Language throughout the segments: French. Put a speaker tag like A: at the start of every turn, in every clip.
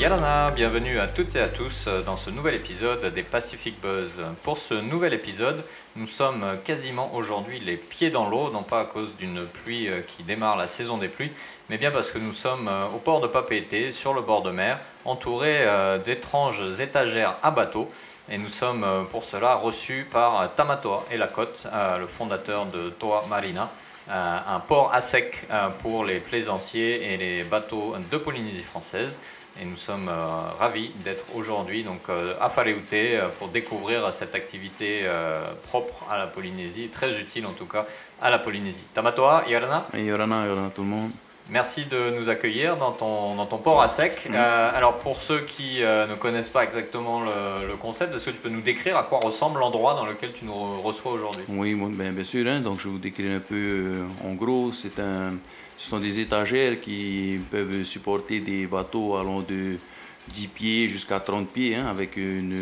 A: Yalana, bienvenue à toutes et à tous dans ce nouvel épisode des Pacific Buzz. Pour ce nouvel épisode, nous sommes quasiment aujourd'hui les pieds dans l'eau, non pas à cause d'une pluie qui démarre la saison des pluies, mais bien parce que nous sommes au port de Papeete, sur le bord de mer, entourés d'étranges étagères à bateaux. Et nous sommes pour cela reçus par Tamatoa et la Côte, le fondateur de Toa Marina, un port à sec pour les plaisanciers et les bateaux de Polynésie française. Et nous sommes ravis d'être aujourd'hui à Whaleute pour découvrir cette activité propre à la Polynésie, très utile en tout cas à la Polynésie. Tamatoa, Yorana.
B: Yorana tout le monde.
A: Merci de nous accueillir dans ton port à sec. Alors pour ceux qui ne connaissent pas exactement le concept, est-ce que tu peux nous décrire à quoi ressemble l'endroit dans lequel tu nous reçois aujourd'hui?
B: Oui, bien sûr. Donc je vais vous décrire un peu. En gros, ce sont des étagères qui peuvent supporter des bateaux allant de 10 pieds jusqu'à 30 pieds, avec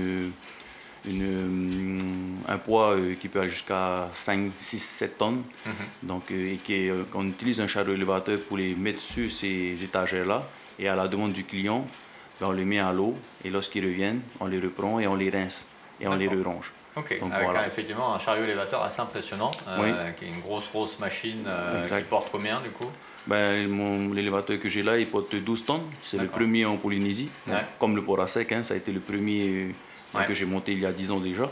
B: un poids qui peut aller jusqu'à 5, 6, 7 tonnes. Donc, qu'on utilise un chariot élévateur pour les mettre sur ces étagères-là. Et à la demande du client, on les met à l'eau et lorsqu'ils reviennent, on les reprend et on les rince et on les re-range.
A: Ok,
B: donc,
A: avec effectivement un chariot élévateur assez impressionnant,
B: oui.
A: Qui est une grosse machine qui porte combien du coup?
B: L'élévateur que j'ai là, il porte 12 tonnes. C'est le premier en Polynésie. Donc, comme le port à sec, ça a été le premier que j'ai monté il y a 10 ans déjà.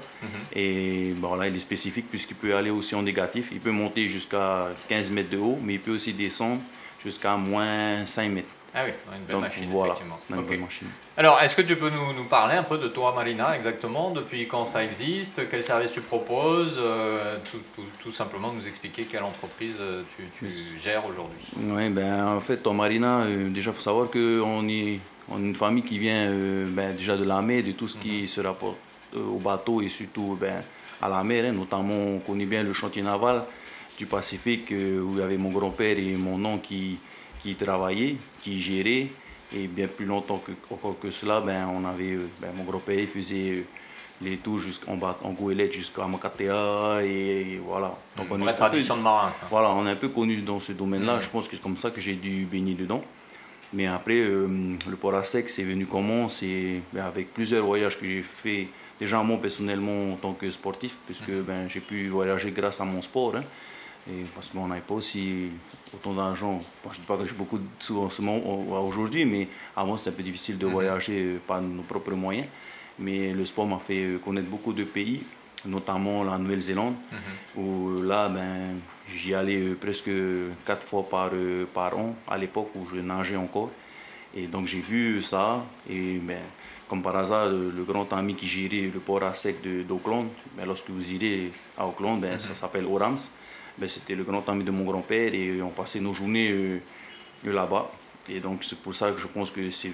B: Et là, il est spécifique puisqu'il peut aller aussi en négatif. Il peut monter jusqu'à 15 mètres de haut, mais il peut aussi descendre jusqu'à moins 5 mètres.
A: Ah oui, une belle machine,
B: voilà,
A: effectivement.
B: Une belle machine.
A: Alors, est-ce que tu peux nous parler un peu de Toa Marina exactement, depuis quand ça existe, quels services tu proposes, tout simplement nous expliquer quelle entreprise tu gères aujourd'hui?
B: Oui, en fait, Toa Marina, déjà, il faut savoir qu'on est une famille qui vient déjà de la mer, de tout ce qui se rapporte au bateau et surtout à la mer. Notamment, on connaît bien le chantier naval du Pacifique où il y avait mon grand-père et mon oncle qui travaillaient, qui géraient. Et bien plus longtemps encore que cela, on avait, mon grand-père faisait les tours en goélette jusqu'à Makatea et voilà.
A: Donc on est tradition de marin.
B: Voilà, on est un peu connu dans ce domaine-là. Je pense que c'est comme ça que j'ai dû baigner dedans. Mais après, le port à sec, c'est venu comment? C'est avec plusieurs voyages que j'ai fait, déjà moi personnellement en tant que sportif, puisque j'ai pu voyager grâce à mon sport. Et parce qu'on n'avait pas aussi autant d'argent. Je ne dis pas que j'ai beaucoup de sous en ce moment aujourd'hui, mais avant c'était un peu difficile de voyager par nos propres moyens. Mais le sport m'a fait connaître beaucoup de pays, notamment la Nouvelle-Zélande, où là, j'y allais presque 4 fois par an à l'époque où je nageais encore. Et donc j'ai vu ça, et comme par hasard, le grand ami qui gérait le port à sec d'Auckland, lorsque vous irez à Auckland, ça s'appelle Orams. C'était le grand ami de mon grand-père et on passait nos journées là-bas. Et donc c'est pour ça que je pense que c'est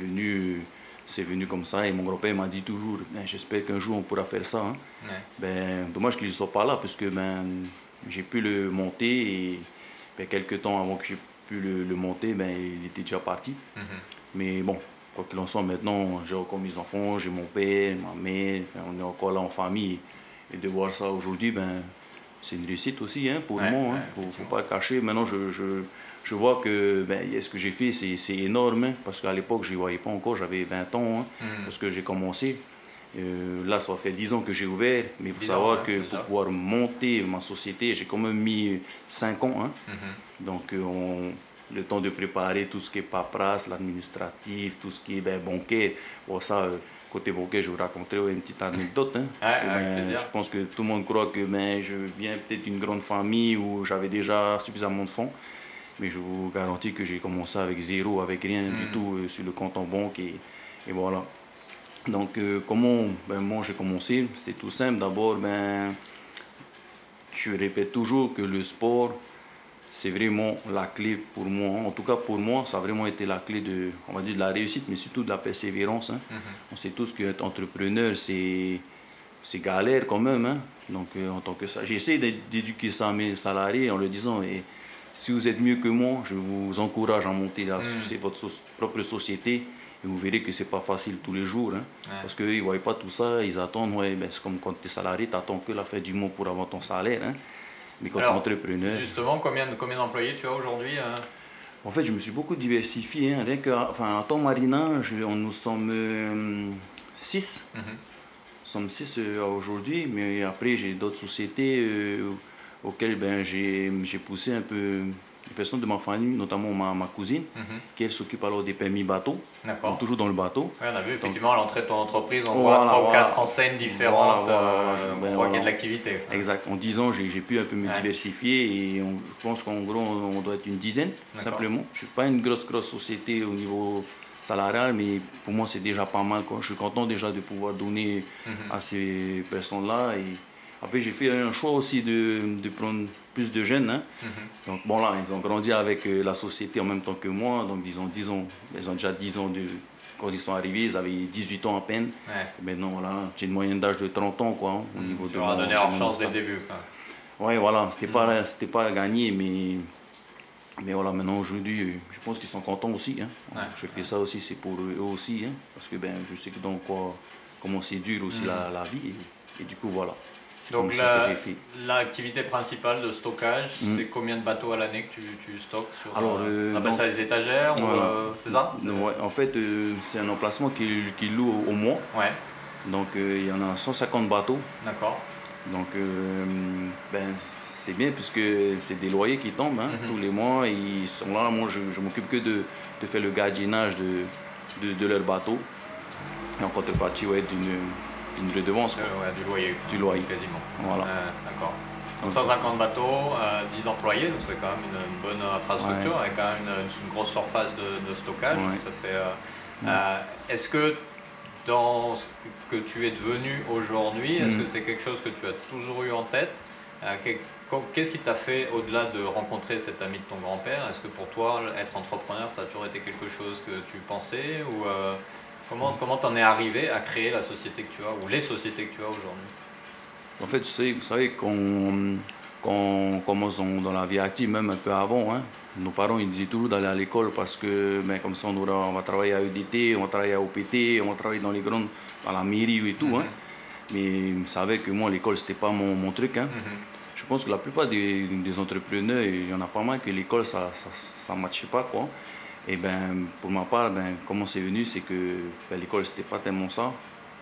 B: venu comme ça. Et mon grand-père m'a dit toujours, j'espère qu'un jour on pourra faire ça. Dommage qu'il ne soit pas là parce que j'ai pu le monter et quelques temps avant que j'ai pu le monter, il était déjà parti. Mais bon, quoi qu'il en soit, maintenant j'ai encore mes enfants, j'ai mon père, ma mère, on est encore là en famille. Et de voir ça aujourd'hui, c'est une réussite aussi pour moi. Faut pas le cacher. Maintenant, je vois que ce que j'ai fait, c'est énorme. Parce qu'à l'époque, je ne voyais pas encore. J'avais 20 ans lorsque j'ai commencé. Là, ça fait 10 ans que j'ai ouvert. Mais il faut savoir que pour pouvoir monter ma société, j'ai quand même mis 5 ans. Donc, le temps de préparer tout ce qui est paperasse, l'administratif, tout ce qui est bancaire. Bon, ça... Côté bancaire, je vous raconterai une petite anecdote. Parce que, je pense que tout le monde croit que je viens peut-être d'une grande famille où j'avais déjà suffisamment de fonds. Mais je vous garantis que j'ai commencé avec zéro, avec rien du tout sur le compte en banque. Et voilà. Donc, comment moi j'ai commencé? C'était tout simple. D'abord, je répète toujours que le sport, c'est vraiment la clé pour moi. En tout cas, pour moi, ça a vraiment été la clé de la réussite, mais surtout de la persévérance. On sait tous qu'être entrepreneur, c'est galère quand même. Donc, en tant que ça, j'essaie d'éduquer ça à mes salariés en leur disant, si vous êtes mieux que moi, je vous encourage à monter votre propre société. Et vous verrez que c'est pas facile tous les jours. Parce qu'ils ne voient pas tout ça, ils attendent. C'est comme quand tu es salarié, tu n'attends que la fin du mois pour avoir ton salaire. Mais quand tu es entrepreneur...
A: Justement, combien d'employés tu as aujourd'hui?
B: En fait, je me suis beaucoup diversifié. Hein. Rien que, enfin, en temps marinage, nous sommes 6.
A: Mhm.
B: Nous sommes 6 aujourd'hui, mais après, j'ai d'autres sociétés auxquelles ben, j'ai poussé un peu les personnes de ma famille, notamment ma cousine,
A: Mhm.
B: qui elle s'occupe alors des permis bateau,
A: D'accord.
B: donc toujours dans le bateau.
A: Ouais, on a vu
B: Donc,
A: effectivement à l'entrée de ton entreprise, on
B: voilà,
A: voit 3 ou
B: voilà.
A: 4 enseignes différentes.
B: Voilà,
A: On
B: ben,
A: voit qu'il y a de
B: voilà.
A: l'activité.
B: Exact. En 10 ans, j'ai pu un peu me
A: Ouais.
B: diversifier et je pense qu'en gros, on doit être une dizaine,
A: D'accord.
B: simplement. Je ne suis pas une grosse société au niveau salarial, mais pour moi, c'est déjà pas mal, quoi. Je suis content déjà de pouvoir donner
A: Mhm.
B: à ces personnes-là. Et après, j'ai fait un choix aussi de prendre plus de jeunes. Hein.
A: Mhm.
B: Donc, bon, là, ils ont grandi avec la société en même temps que moi. Donc, disons 10 ans. Ils ont déjà 10 ans quand ils sont arrivés, ils avaient 18 ans à peine.
A: Ouais.
B: Et maintenant, voilà, j'ai une moyenne d'âge de 30 ans, quoi, hein, au niveau
A: Tu
B: de
A: leur as donné
B: de
A: leur
B: mon
A: chance dès le
B: staff.
A: début. Quoi.
B: Ouais, voilà, c'était pas gagné, mais voilà, maintenant aujourd'hui, je pense qu'ils sont contents aussi. Hein.
A: Ouais.
B: Je fais ça aussi, c'est pour eux aussi, hein, parce que ben, je sais que donc comment c'est dur aussi la vie, et du coup voilà, c'est comme
A: Donc
B: ça que j'ai fait.
A: l'activité principale de stockage,
B: Mm.
A: c'est combien de bateaux à l'année que tu stockes sur,
B: Alors,
A: on appelle ça les étagères ou,
B: voilà.
A: c'est ça
B: Ouais, en fait, c'est un emplacement qui loue au mois,
A: Ouais,
B: donc il y en a 150 bateaux.
A: d'accord.
B: Donc, ben, c'est bien puisque c'est des loyers qui tombent hein,
A: Mhm.
B: tous les mois. Et ils sont là. Moi, je m'occupe que de faire le gardiennage de leur bateau. Et en contrepartie, ouais, d'une redevance, quoi,
A: Ouais, du loyer.
B: du loyer.
A: Quasiment.
B: Voilà.
A: D'accord. Donc 150 bateaux, 10 employés, donc c'est quand même une bonne infrastructure,
B: Ouais.
A: avec quand même une grosse surface de stockage.
B: Ouais.
A: Donc ça fait, est-ce que dans ce que tu es devenu aujourd'hui, est-ce que c'est quelque chose que tu as toujours eu en tête Qu'est-ce qui t'a fait, au-delà de rencontrer cet ami de ton grand-père, est-ce que pour toi, être entrepreneur, ça a toujours été quelque chose que tu pensais ou comment t'en es arrivé à créer la société que tu as ou les sociétés que tu as aujourd'hui?
B: En fait, vous savez, quand on commence dans la vie active, même un peu avant, hein, nos parents ils disaient toujours d'aller à l'école parce que ben, comme ça on va travailler à EDT, on va travailler à OPT, on va travailler dans dans la mairie et tout. Hein. Mais ils savaient que moi, l'école, c'était pas mon truc. Hein. Je pense que la plupart des entrepreneurs, il y en a pas mal que l'école, ça matchait pas, quoi. Et ben, pour ma part, ben, comment c'est venu, c'est que ben, l'école, c'était pas tellement ça.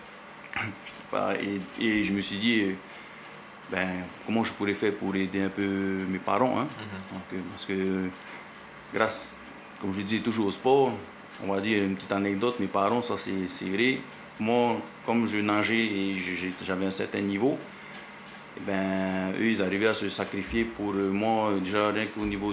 B: Et je me suis dit, ben, comment je pourrais faire pour aider un peu mes parents. Hein. Donc, parce que grâce, comme je dis toujours au sport, on va dire une petite anecdote, mes parents, ça c'est vrai. Moi, comme je nageais et j'avais un certain niveau, eh ben, eux, ils arrivaient à se sacrifier pour moi, déjà rien qu'au niveau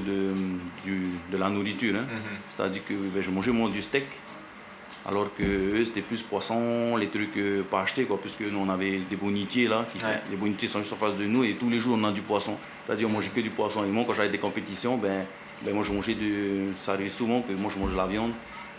B: de la nourriture. Hein. C'est-à-dire que ben, je mangeais moins du steak, alors que eux, c'était plus poisson, les trucs pas achetés, quoi, puisque nous, on avait des bonitiers là, les bonitiers sont juste en face de nous et tous les jours, on a du poisson. C'est-à-dire, on mangeait que du poisson. Et moi, quand j'avais des compétitions, ben moi, je mangeais ça arrivait souvent que moi, je mangeais la viande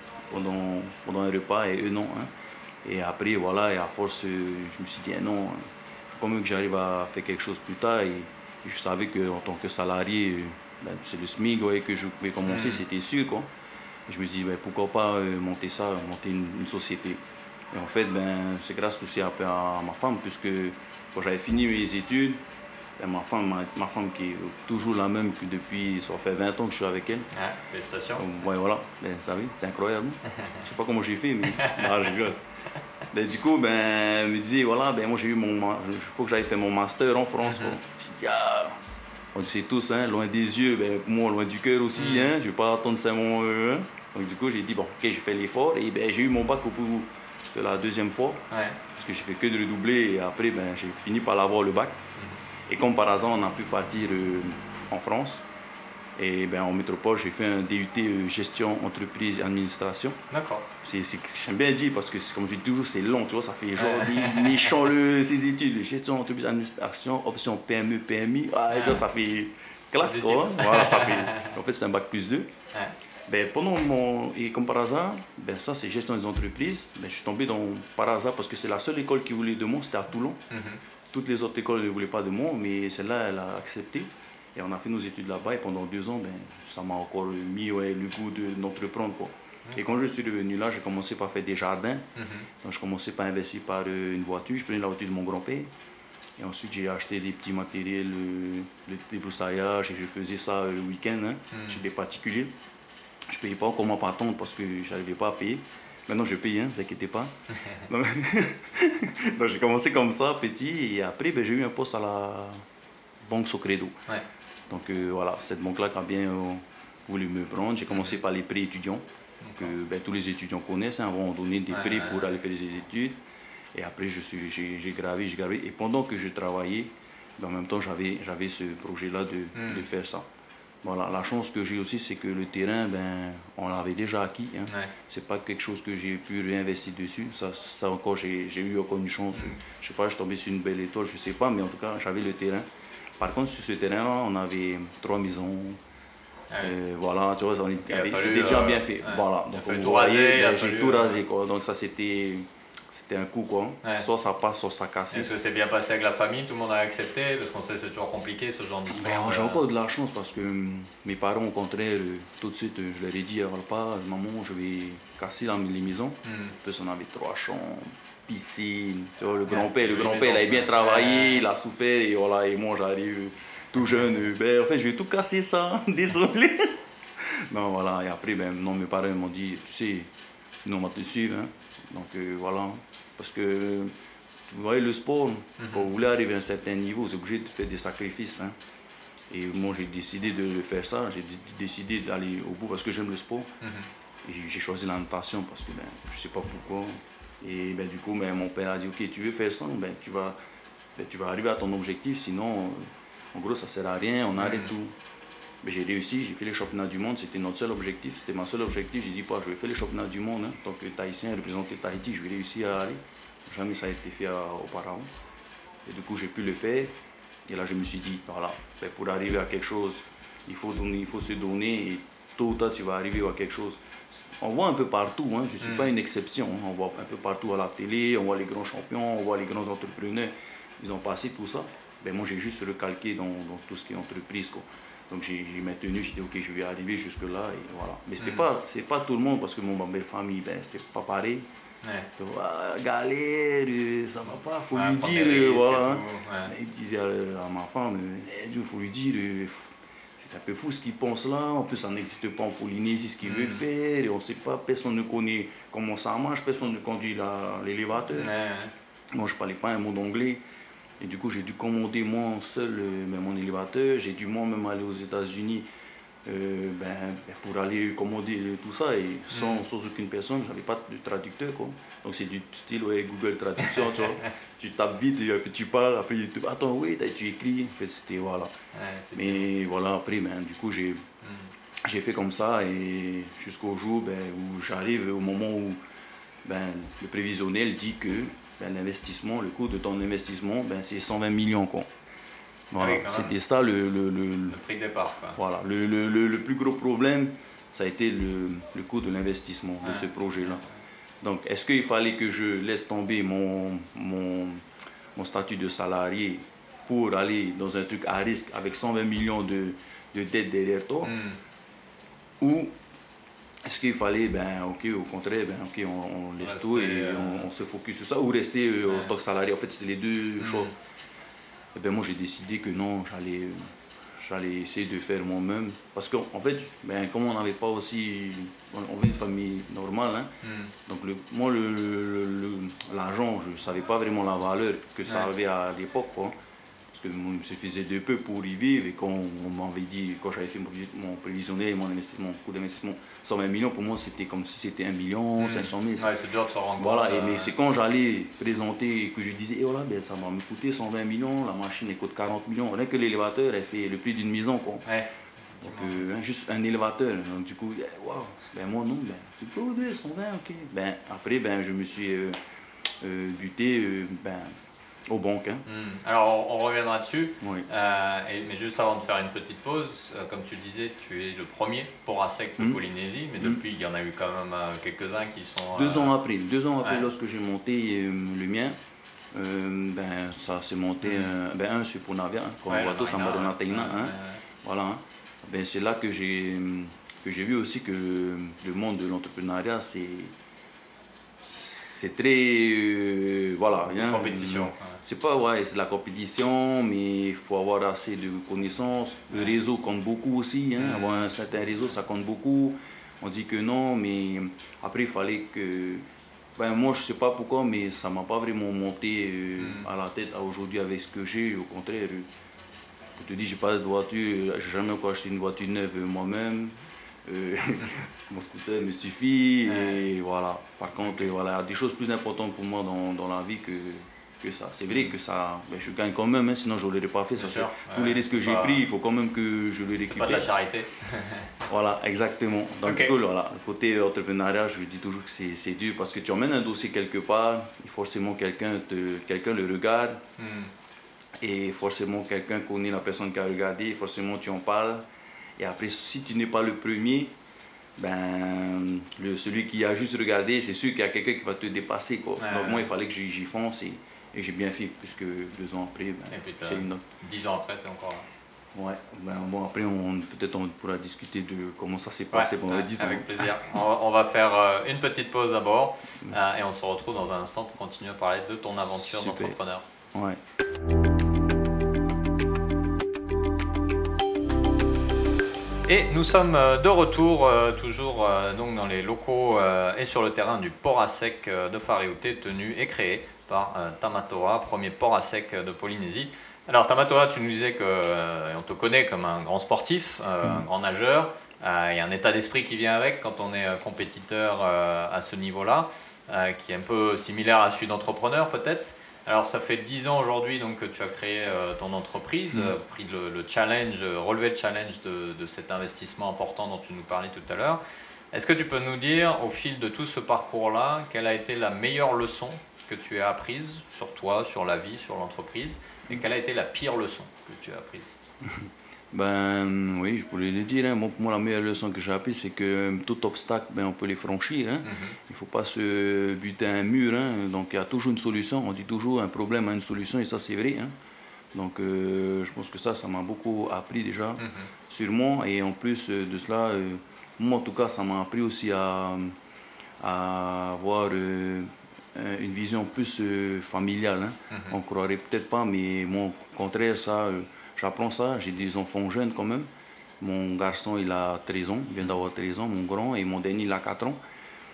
B: pendant un repas et eux, non. Hein. Et après, voilà, et à force, je me suis dit, non, il faut quand même que j'arrive à faire quelque chose plus tard. Et je savais qu'en tant que salarié, ben, c'est le SMIC ouais, que je pouvais commencer, c'était sûr, quoi. Et je me suis dit, ben, pourquoi pas monter une société. Et en fait, ben, c'est grâce aussi à ma femme, puisque quand j'avais fini mes études, ben, ma femme qui est toujours la même que depuis, ça fait 20 ans que je suis avec elle.
A: Ouais, félicitations.
B: Ouais, voilà, ben, ça oui, c'est incroyable. Je sais pas comment j'ai fait, mais non, je rigole. Ben, du coup, ben, elle me disait, voilà, ben, moi j'ai eu il faut que j'aille faire mon master en France. Quoi. Je dis, ah, on le sait tous, hein, loin des yeux, ben, pour moi, loin du cœur aussi, hein, je vais pas attendre ça mon. Hein. Donc, du coup, j'ai dit, bon, ok, j'ai fait l'effort et ben, j'ai eu mon bac au bout de la deuxième fois.
A: Ouais.
B: Parce que j'ai fait que de redoubler et après, ben, j'ai fini par l'avoir le bac. Et comme par hasard, on a pu partir en France. Et ben, en métropole, j'ai fait un DUT gestion, entreprise et administration.
A: D'accord.
B: J'aime bien dire parce que, comme je dis toujours, c'est long, tu vois, ça fait genre méchant ces études, gestion, entreprise, administration, option PME, PMI, tu vois, ça fait classe, quoi. Voilà, ça fait, en fait, c'est un bac plus 2. Ouais. Ben, et comme par hasard, ben, ça c'est gestion des entreprises, ben, je suis tombé par hasard parce que c'est la seule école qui voulait de moi, c'était à Toulon. Toutes les autres écoles ne voulaient pas de moi, mais celle-là, elle a accepté. Et on a fait nos études là-bas et pendant 2 ans, ben, ça m'a encore mis le goût d'entreprendre. Quoi. Et quand je suis revenu là, j'ai commencé par faire des jardins. Donc je commençais par investir par une voiture. Je prenais la voiture de mon grand-père. Et ensuite, j'ai acheté des petits matériels, des broussaillards. Et je faisais ça le week-end chez des particuliers. Je ne payais pas comme ma patente parce que je n'arrivais pas à payer. Maintenant, je paye, ne vous inquiétez pas. Donc, donc j'ai commencé comme ça, petit, et après, j'ai eu un poste à la banque Socredo.
A: Ouais.
B: Donc voilà, cette banque-là qui a bien voulu me prendre. J'ai commencé par les prêts étudiants, que tous les étudiants connaissent. Hein, on donné des prêts pour aller faire des études. Et après, j'ai gravé. Et pendant que je travaillais, en même temps, j'avais ce projet-là de faire ça. Voilà, la chance que j'ai aussi, c'est que le terrain, on l'avait déjà acquis. Hein.
A: Ouais.
B: C'est pas quelque chose que j'ai pu réinvestir dessus. Ça encore, j'ai eu encore une chance. Je sais pas, je suis tombé sur une belle étoile, je sais pas, mais en tout cas, j'avais le terrain. Par contre, sur ce terrain-là, on avait 3 maisons. Voilà, tu vois, c'était déjà bien fait. Voilà, donc
A: tout raser,
B: j'ai tout rasé, quoi. Donc ça, c'était un coup, quoi. Ouais. Soit ça passe, soit ça casse.
A: Est-ce que c'est bien passé avec la famille? Tout le monde a accepté? Parce qu'on sait que c'est toujours compliqué ce genre d'histoire.
B: J'ai encore de la chance parce que mes parents, au contraire, tout de suite, je leur ai dit à repas, maman, je vais casser les maisons. Puis on avait 3 chambres, piscine. Tu vois, le grand-père, il avait bien travaillé, il a souffert, et voilà, et moi, j'arrive tout jeune. En fait, je vais tout casser ça, désolé. Non, voilà, et après, mes parents m'ont dit, tu sais, nous, on va te suivre. Hein. Donc voilà, parce que vous voyez le sport, quand vous voulez arriver à un certain niveau, vous êtes obligé de faire des sacrifices. Hein. Et moi j'ai décidé de faire ça, j'ai décidé d'aller au bout parce que j'aime le sport. Et j'ai choisi la natation parce que je ne sais pas pourquoi. Et du coup mon père a dit ok, tu veux faire ça, tu vas arriver à ton objectif, sinon en gros ça ne sert à rien, on arrête tout. Mais j'ai réussi, j'ai fait les championnats du monde, c'était notre seul objectif, c'était mon seul objectif. J'ai dit, je vais faire les championnats du monde, hein. En tant que Tahitien, représenter Tahiti, je vais réussir à aller. Jamais ça a été fait auparavant. Et du coup, j'ai pu le faire. Et là, je me suis dit, voilà, pour arriver à quelque chose, il faut se donner, et tôt ou tard, tu vas arriver à quelque chose. On voit un peu partout, hein, je ne suis pas une exception, hein. On voit un peu partout à la télé, on voit les grands champions, on voit les grands entrepreneurs, ils ont passé tout ça. Moi, j'ai juste recalqué dans tout ce qui est entreprise, quoi. Donc j'ai maintenu, j'ai dit ok, je vais arriver jusque là et voilà. Mais c'est pas tout le monde parce que ma belle famille, c'était pas pareil. Tu vois, galère, ça va pas, faut lui dire, voilà. Mais il disait à ma femme, il faut lui dire, c'est un peu fou ce qu'il pense là. En plus, ça n'existe pas en Polynésie ce qu'il veut faire et on sait pas, personne ne connaît comment ça marche, personne ne conduit l'élévateur. Moi, je parlais pas un mot d'anglais. Et du coup, j'ai dû commander moi seul mon élévateur. J'ai dû moi-même aller aux États-Unis pour aller commander tout ça. Et sans aucune personne, je n'avais pas de traducteur, quoi. Donc c'est du style Google Traduction, tu vois. Tu tapes vite, et puis tu parles, après tu dis, attends, oui, tu écris. En fait, c'était, voilà. Mais voilà, après, du coup, j'ai fait comme ça. Et jusqu'au jour où j'arrive, au moment où le prévisionnel dit que l'investissement, le coût de ton investissement, c'est 120 millions. Quoi. Voilà. C'était ça le
A: prix de départ. Quoi.
B: Voilà. Le plus gros problème, ça a été le coût de l'investissement de ce projet-là. Donc, est-ce qu'il fallait que je laisse tomber mon statut de salarié pour aller dans un truc à risque avec 120 millions de dettes derrière toi ou est-ce qu'il fallait, ok, au contraire, ok, on laisse tout et on se focus sur ça, ou rester en tant que salarié? En fait, c'était les deux choses. Et moi, j'ai décidé que non, j'allais essayer de faire moi-même. Parce qu'en fait, comme on n'avait pas aussi, on vient d'une famille normale, hein, donc moi, l'argent, je ne savais pas vraiment la valeur que ça avait à l'époque, quoi. Parce que il me suffisait de peu pour y vivre et quand on m'avait dit, quand j'avais fait mon prévisionnel, mon coût d'investissement, 120 millions, pour moi c'était comme si c'était 1 million, 500 000.
A: C'est dur de s'en rendre compte.
B: Voilà, mais c'est quand j'allais présenter et que je disais, voilà, ça va me coûter 120 millions, la machine elle coûte 40 millions, rien que l'élévateur elle fait le prix d'une maison. Quoi. Donc juste un élévateur, donc, du coup, waouh, moi non, c'est pas 120, ok. Après, je me suis buté, aux banques. Hein.
A: Alors on reviendra dessus,
B: oui.
A: Mais juste avant de faire une petite pause, comme tu disais, tu es le premier port à sec de Polynésie, mais depuis il y en a eu quand même quelques-uns qui sont...
B: 2 ans après, lorsque j'ai monté le mien, ça s'est monté, un sur Punavia, quand on voit tout ça m'a donné voilà. Hein. C'est là que j'ai vu aussi que le monde de l'entrepreneuriat, c'est très voilà,
A: compétition.
B: C'est pas c'est de la compétition, mais il faut avoir assez de connaissances. Le réseau compte beaucoup aussi, avoir un certain réseau, ça compte beaucoup. on dit que non, mais après il fallait que... Ben, moi je sais pas pourquoi, mais ça m'a pas vraiment monté à la tête à aujourd'hui avec ce que j'ai. Au contraire, je te dis, j'ai pas de voiture, j'ai jamais encore acheté une voiture neuve moi-même. Euh, Mon scooter me suffit et voilà. Par contre, voilà, il y a des choses plus importantes pour moi dans la vie que ça. C'est vrai que ça, ben, je gagne quand même, hein, sinon je ne l'aurais pas fait. Ça, tous les risques que j'ai pris, il faut quand même que je le récupère.
A: C'est pas de la charité.
B: Voilà, exactement. Donc du coup, voilà, côté entrepreneuriat, je dis toujours que c'est dur parce que tu emmènes un dossier quelque part, et forcément quelqu'un le regarde. Et forcément, quelqu'un connaît la personne qui a regardé, forcément, tu en parles. Et après, si tu n'es pas le premier, ben, celui qui a juste regardé, c'est sûr qu'il y a quelqu'un qui va te dépasser, quoi. Donc moi, il fallait que j'y fonce et j'ai bien fait, puisque 2 ans après, ben, c'est une autre.
A: 10 ans après, tu es encore là.
B: Ouais, ben, bon, après, peut-être on pourra discuter de comment ça s'est passé pendant les 10 ans.
A: Avec plaisir. On va faire une petite pause d'abord et on se retrouve dans un instant pour continuer à parler de ton aventure d'entrepreneur.
B: Ouais.
A: Et nous sommes de retour, toujours donc dans les locaux et sur le terrain du port à sec de Whare-Aute, tenu et créé par Tamatoa, premier port à sec de Polynésie. Alors Tamatoa, tu nous disais qu'on te connaît comme un grand sportif, un grand nageur. Il y a un état d'esprit qui vient avec quand on est compétiteur à ce niveau-là, qui est un peu similaire à celui d'entrepreneur peut-être. Alors ça fait 10 ans aujourd'hui donc, que tu as créé ton entreprise, pris le challenge, relevé le challenge de cet investissement important dont tu nous parlais tout à l'heure. Est-ce que tu peux nous dire au fil de tout ce parcours-là, quelle a été la meilleure leçon que tu as apprise sur toi, sur la vie, sur l'entreprise, et quelle a été la pire leçon que tu as apprise?
B: Ben oui, je pourrais le dire. Hein. Moi, la meilleure leçon que j'ai apprise, c'est que tout obstacle, ben, on peut les franchir. Hein. Il ne faut pas se buter à un mur. Hein. Donc il y a toujours une solution. On dit toujours un problème a une solution et ça c'est vrai. Hein. Donc je pense que ça m'a beaucoup appris déjà sur moi. Et en plus de cela, moi en tout cas, ça m'a appris aussi à avoir une vision plus familiale. Hein. On ne croirait peut-être pas, mais moi au contraire, ça... J'apprends ça, j'ai des enfants jeunes quand même. Mon garçon, il a 13 ans, il vient d'avoir 13 ans, mon grand, et mon dernier, il a 4 ans.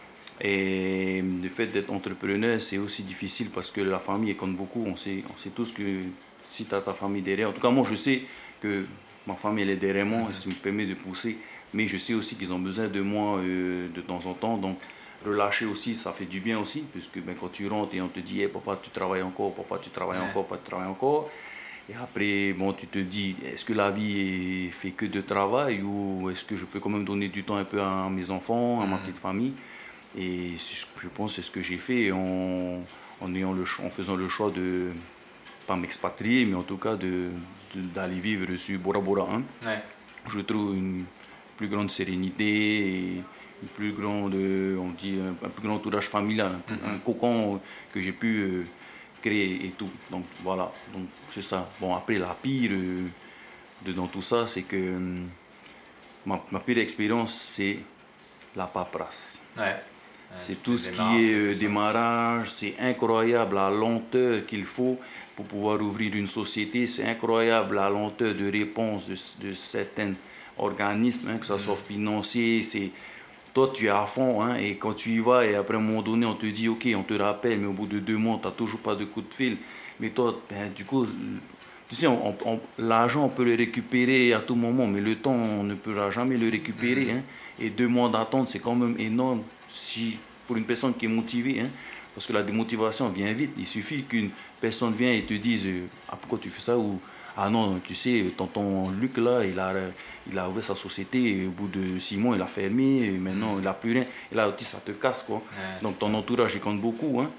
B: Et le fait d'être entrepreneur, c'est aussi difficile parce que la famille, elle compte beaucoup. On sait tous que si tu as ta famille derrière, en tout cas moi je sais que ma famille, elle est derrière moi, et ça me permet de pousser. Mais je sais aussi qu'ils ont besoin de moi de temps en temps. Donc relâcher aussi, ça fait du bien aussi, puisque ben, quand tu rentres et on te dit hey, papa, tu travailles encore, papa, tu travailles encore, papa, tu travailles encore. Et après, bon, tu te dis, est-ce que la vie est fait que de travail ou est-ce que je peux quand même donner du temps un peu à mes enfants, à ma petite famille? Et je pense que c'est ce que j'ai fait en faisant le choix de pas m'expatrier, mais en tout cas d'aller vivre sur Bora Bora 1.
A: Ouais.
B: Je trouve une plus grande sérénité et une plus grande, on dit, un plus grand entourage familial, un cocon que j'ai pu... créer et tout. Donc voilà, donc c'est ça. Bon, après la pire dans tout ça, c'est que ma pire expérience, c'est la paperasse.
A: Ouais.
B: C'est tout ce qui est démarrage, c'est incroyable la lenteur qu'il faut pour pouvoir ouvrir une société, c'est incroyable la lenteur de réponse de certains organismes, hein, que ce soit financier, c'est... Toi, tu es à fond, hein, et quand tu y vas, et après un moment donné, on te dit, ok, on te rappelle, mais au bout de 2 mois, tu n'as toujours pas de coup de fil. Mais toi, ben, du coup, tu sais, l'argent, on peut le récupérer à tout moment, mais le temps, on ne pourra jamais le récupérer. Hein, et 2 mois d'attente, c'est quand même énorme pour une personne qui est motivée. Hein, parce que la démotivation vient vite. Il suffit qu'une personne vienne et te dise, ah, pourquoi tu fais ça? Ou, ah non, tu sais, tonton Luc, là, il a ouvert sa société, et au bout de 6 mois, il a fermé, et maintenant, il n'a plus rien. Et là, ça te casse, quoi. Ouais. Donc, ton entourage, il compte beaucoup, hein.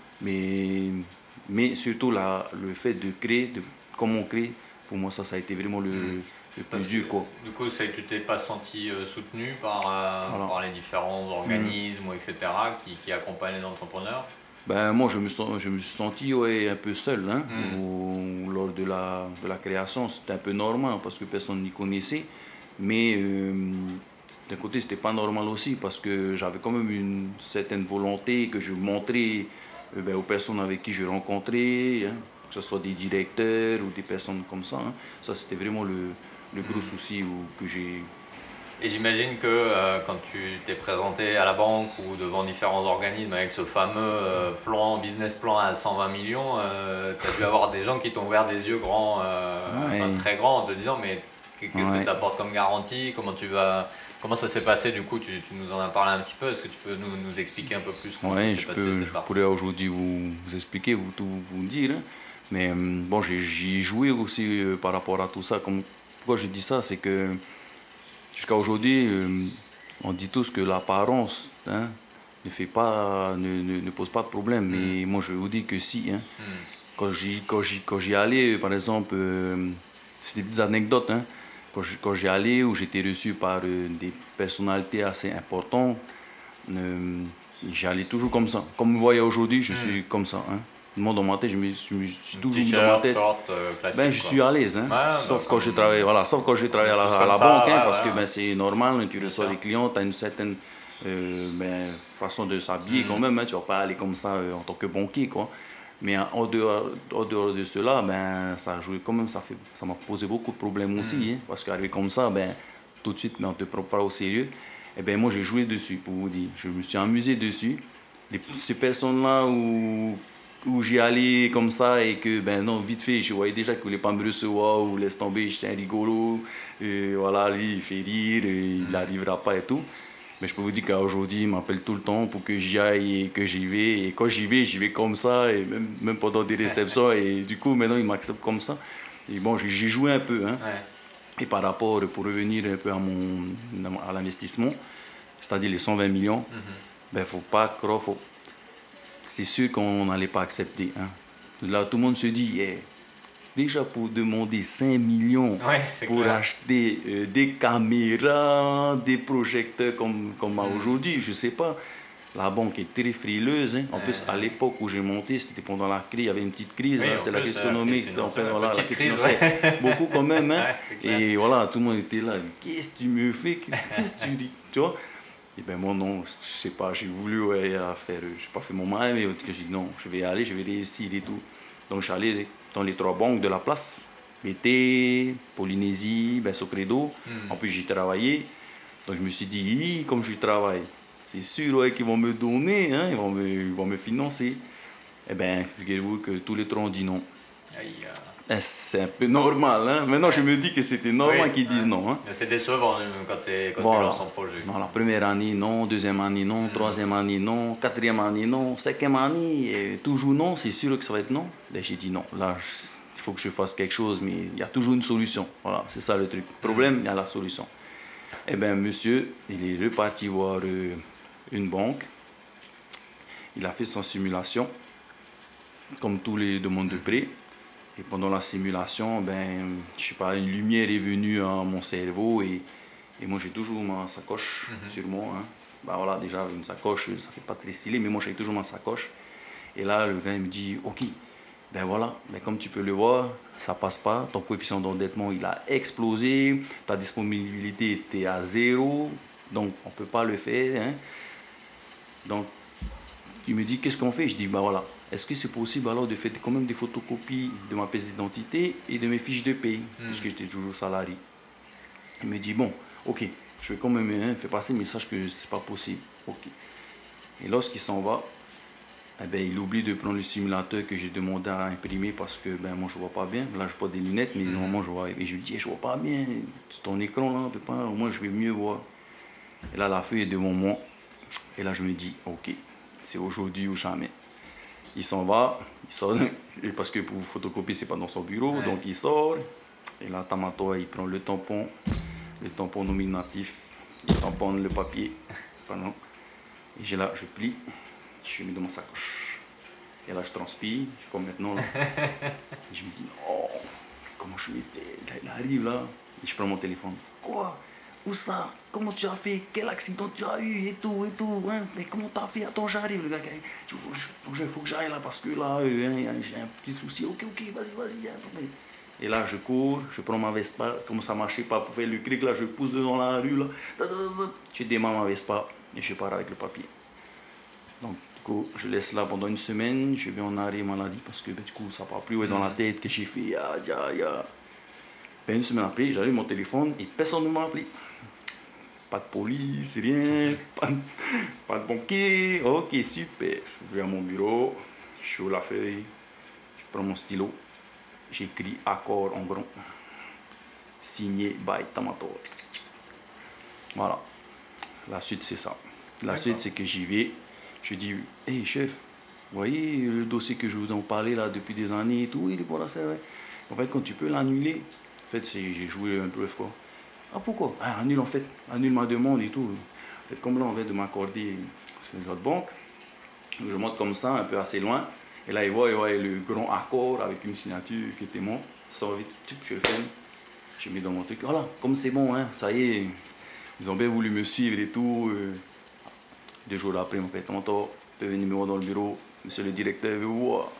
B: Mais surtout, le fait de créer, comment on crée, pour moi, ça a été vraiment le plus dur, quoi.
A: Du coup, tu t'es pas senti soutenu par les différents organismes, etc., qui accompagnent les entrepreneurs?
B: Ben, moi, je me suis senti un peu seul hein, lors de la création. C'était un peu normal parce que personne n'y connaissait. Mais d'un côté, c'était pas normal aussi parce que j'avais quand même une certaine volonté que je montrais aux personnes avec qui je rencontrais, hein, que ce soit des directeurs ou des personnes comme ça. Hein. Ça, c'était vraiment le gros souci que j'ai
A: Et j'imagine que quand tu t'es présenté à la banque ou devant différents organismes avec ce fameux business plan à 120 millions, tu as dû avoir des gens qui t'ont ouvert des yeux grands, très grands, en te disant mais qu'est-ce que tu apportes comme garantie, comment ça s'est passé du coup, tu nous en as parlé un petit peu, est-ce que tu peux nous expliquer un peu plus comment ça s'est passé cette
B: je
A: partie?
B: pourrais aujourd'hui vous expliquer, vous dire, hein. Mais bon, j'ai joué aussi par rapport à tout ça. Pourquoi je dis ça, c'est que jusqu'à aujourd'hui, on dit tous que l'apparence, hein, ne pose pas de problème. Mais moi, je vous dis que si. Hein. Quand j'y allais, par exemple, c'est des petites anecdotes. Hein, quand j'y allais, où j'étais reçu par des personnalités assez importantes, j'y allais toujours comme ça. Comme vous voyez aujourd'hui, je suis comme ça. Hein. Moi, dans ma tête, je me suis toujours mis dans ma tête.
A: Short, classique,
B: ben, je suis à l'aise, hein. Sauf quand je travaille, à la
A: ça,
B: banque, hein,
A: ouais,
B: parce que
A: voilà.
B: ben, c'est normal, tu
A: Bien
B: reçois
A: sûr.
B: des clients, tu as une certaine façon de s'habiller quand même, hein, tu vas pas aller comme ça en tant que banquier, quoi. Mais en dehors de cela, ben, ça a joué quand même, ça m'a posé beaucoup de problèmes aussi, hein, parce qu'arriver comme ça, ben, tout de suite, ben, on te prend pas au sérieux. Et ben, moi, j'ai joué dessus, pour vous dire. Je me suis amusé dessus. Ces personnes-là où j'y allais comme ça et que, ben non, vite fait, je voyais déjà qu'il ne voulait pas me recevoir ou laisse tomber, j'étais un rigolo. Et voilà, lui, il fait rire, et il n'arrivera pas et tout. Mais je peux vous dire qu'aujourd'hui, il m'appelle tout le temps pour que j'y aille et que j'y vais. Et quand j'y vais comme ça, et même pendant des réceptions. Et du coup, maintenant, il m'accepte comme ça. Et bon, j'ai joué un peu. Hein.
A: Ouais.
B: Et par rapport, pour revenir un peu à l'investissement, c'est-à-dire les 120 millions, ben, faut pas croire, c'est sûr qu'on n'allait pas accepter. Hein. Là, tout le monde se dit, déjà pour demander 5 millions pour
A: clair.
B: acheter des caméras, des projecteurs comme aujourd'hui, je ne sais pas. La banque est très frileuse. Hein. En plus, à l'époque où j'ai monté, c'était pendant la crise, il y avait une petite crise,
A: Oui,
B: hein, c'est la crise économique, c'était en plein, voilà, la crise
A: crise,
B: financière, beaucoup quand même. Hein.
A: Ouais,
B: et voilà, tout le monde était là, qu'est-ce que tu me fais, qu'est-ce que tu dis, tu vois. Et ben moi non, je sais pas, j'ai voulu faire, j'ai pas fait mon mal, mais j'ai dit non, je vais y aller, je vais réussir et tout. Donc je suis allé dans les 3 banques de la place, BT, Polynésie, ben Socredo. En plus j'ai travaillé, donc je me suis dit, comme je travaille, c'est sûr qu'ils vont me donner, hein, ils vont me financer. Et ben figurez-vous que tous les 3 ont dit non.
A: Aïe.
B: C'est un peu normal, hein. Maintenant je me dis que c'était normal qu'ils disent non. Hein.
A: C'est décevant quand tu lances ton projet.
B: Non, la première année, non. Deuxième année, non. Troisième année, non. Quatrième année, non. Cinquième année, toujours non. C'est sûr que ça va être non. Là, j'ai dit non. Là, il faut que je fasse quelque chose, mais il y a toujours une solution. Voilà, c'est ça le truc. Problème, il y a la solution. Eh bien, monsieur, il est reparti voir une banque. Il a fait son simulation, comme tous les demandes de prêt. Et pendant la simulation, ben, je sais pas, une lumière est venue à mon cerveau et moi j'ai toujours ma sacoche sur moi. Hein. Ben voilà, déjà une sacoche, ça fait pas très stylé, mais moi j'ai toujours ma sacoche. Et là, le gars il me dit, ok, ben voilà, ben comme tu peux le voir, ça passe pas, ton coefficient d'endettement il a explosé, ta disponibilité était à 0, donc on peut pas le faire. Hein. Donc il me dit, qu'est-ce qu'on fait? Je dis, ben voilà. Est-ce que c'est possible alors de faire quand même des photocopies de ma pièce d'identité et de mes fiches de paye, puisque j'étais toujours salarié. Il me dit, bon, ok, je vais quand même faire passer le message que c'est pas possible. Ok. Et lorsqu'il s'en va, eh ben, il oublie de prendre le simulateur que j'ai demandé à imprimer parce que ben, moi je vois pas bien. Là je porte des lunettes, mais normalement je vois. Et je lui dis, je vois pas bien, c'est ton écran là, on peut pas, au moins je vais mieux voir. Et là la feuille est devant moi. Et là je me dis, ok, c'est aujourd'hui ou jamais. Il s'en va, il sort, parce que pour vous photocopier, c'est pas dans son bureau, donc il sort. Et là, Tamatoa, il prend le tampon nominatif, il tamponne le papier. Pardon. Et j'ai là, je plie, je mets dans ma sacoche. Et là, je transpire, comme maintenant. Là. Et je me dis, oh, comment je vais faire? Il arrive là, et je prends mon téléphone. Quoi? Où ça? Comment tu as fait? Quel accident tu as eu? Et tout, hein? Mais comment tu as fait? Attends, j'arrive. Le gars, il faut que j'aille là parce que là, j'ai un petit souci. Ok, vas-y. Hein. Et là, je cours, je prends ma Vespa. Comme ça ne marchait pas pour faire le cric, là, je pousse dans la rue. Là. Je démarre ma Vespa et je pars avec le papier. Donc, du coup, je laisse là pendant une semaine. Je vais en arrêt maladie parce que du coup, ça ne part plus dans la tête que j'ai fait. Ben, une semaine après, j'allume mon téléphone et personne ne m'a appelé. pas de police, rien, pas de banquier. Ok, super. Je vais à mon bureau, je suis la feuille, je prends mon stylo, j'écris accord en grand. Signé by Tamator. Voilà. La suite, c'est ça. La suite, c'est que j'y vais. Je dis, hey chef, vous voyez le dossier que je vous en parlais là depuis des années et tout, il est pour la série. En fait, quand tu peux l'annuler, en fait, j'ai joué un bluff quoi. Ah pourquoi? Ah, annule en fait, annule ma demande et tout. En fait, comme là, on vient de m'accorder sur une autre banque, je monte comme ça, un peu assez loin. Et là, il voit le grand accord avec une signature qui était mon. Sors vite, je le ferme. Je mets dans mon truc. Voilà, comme c'est bon, hein, ça y est. Ils ont bien voulu me suivre et tout. 2 jours après, ils m'ont fait tantôt, tu venir me voir dans le bureau. Monsieur le directeur veut vous voir.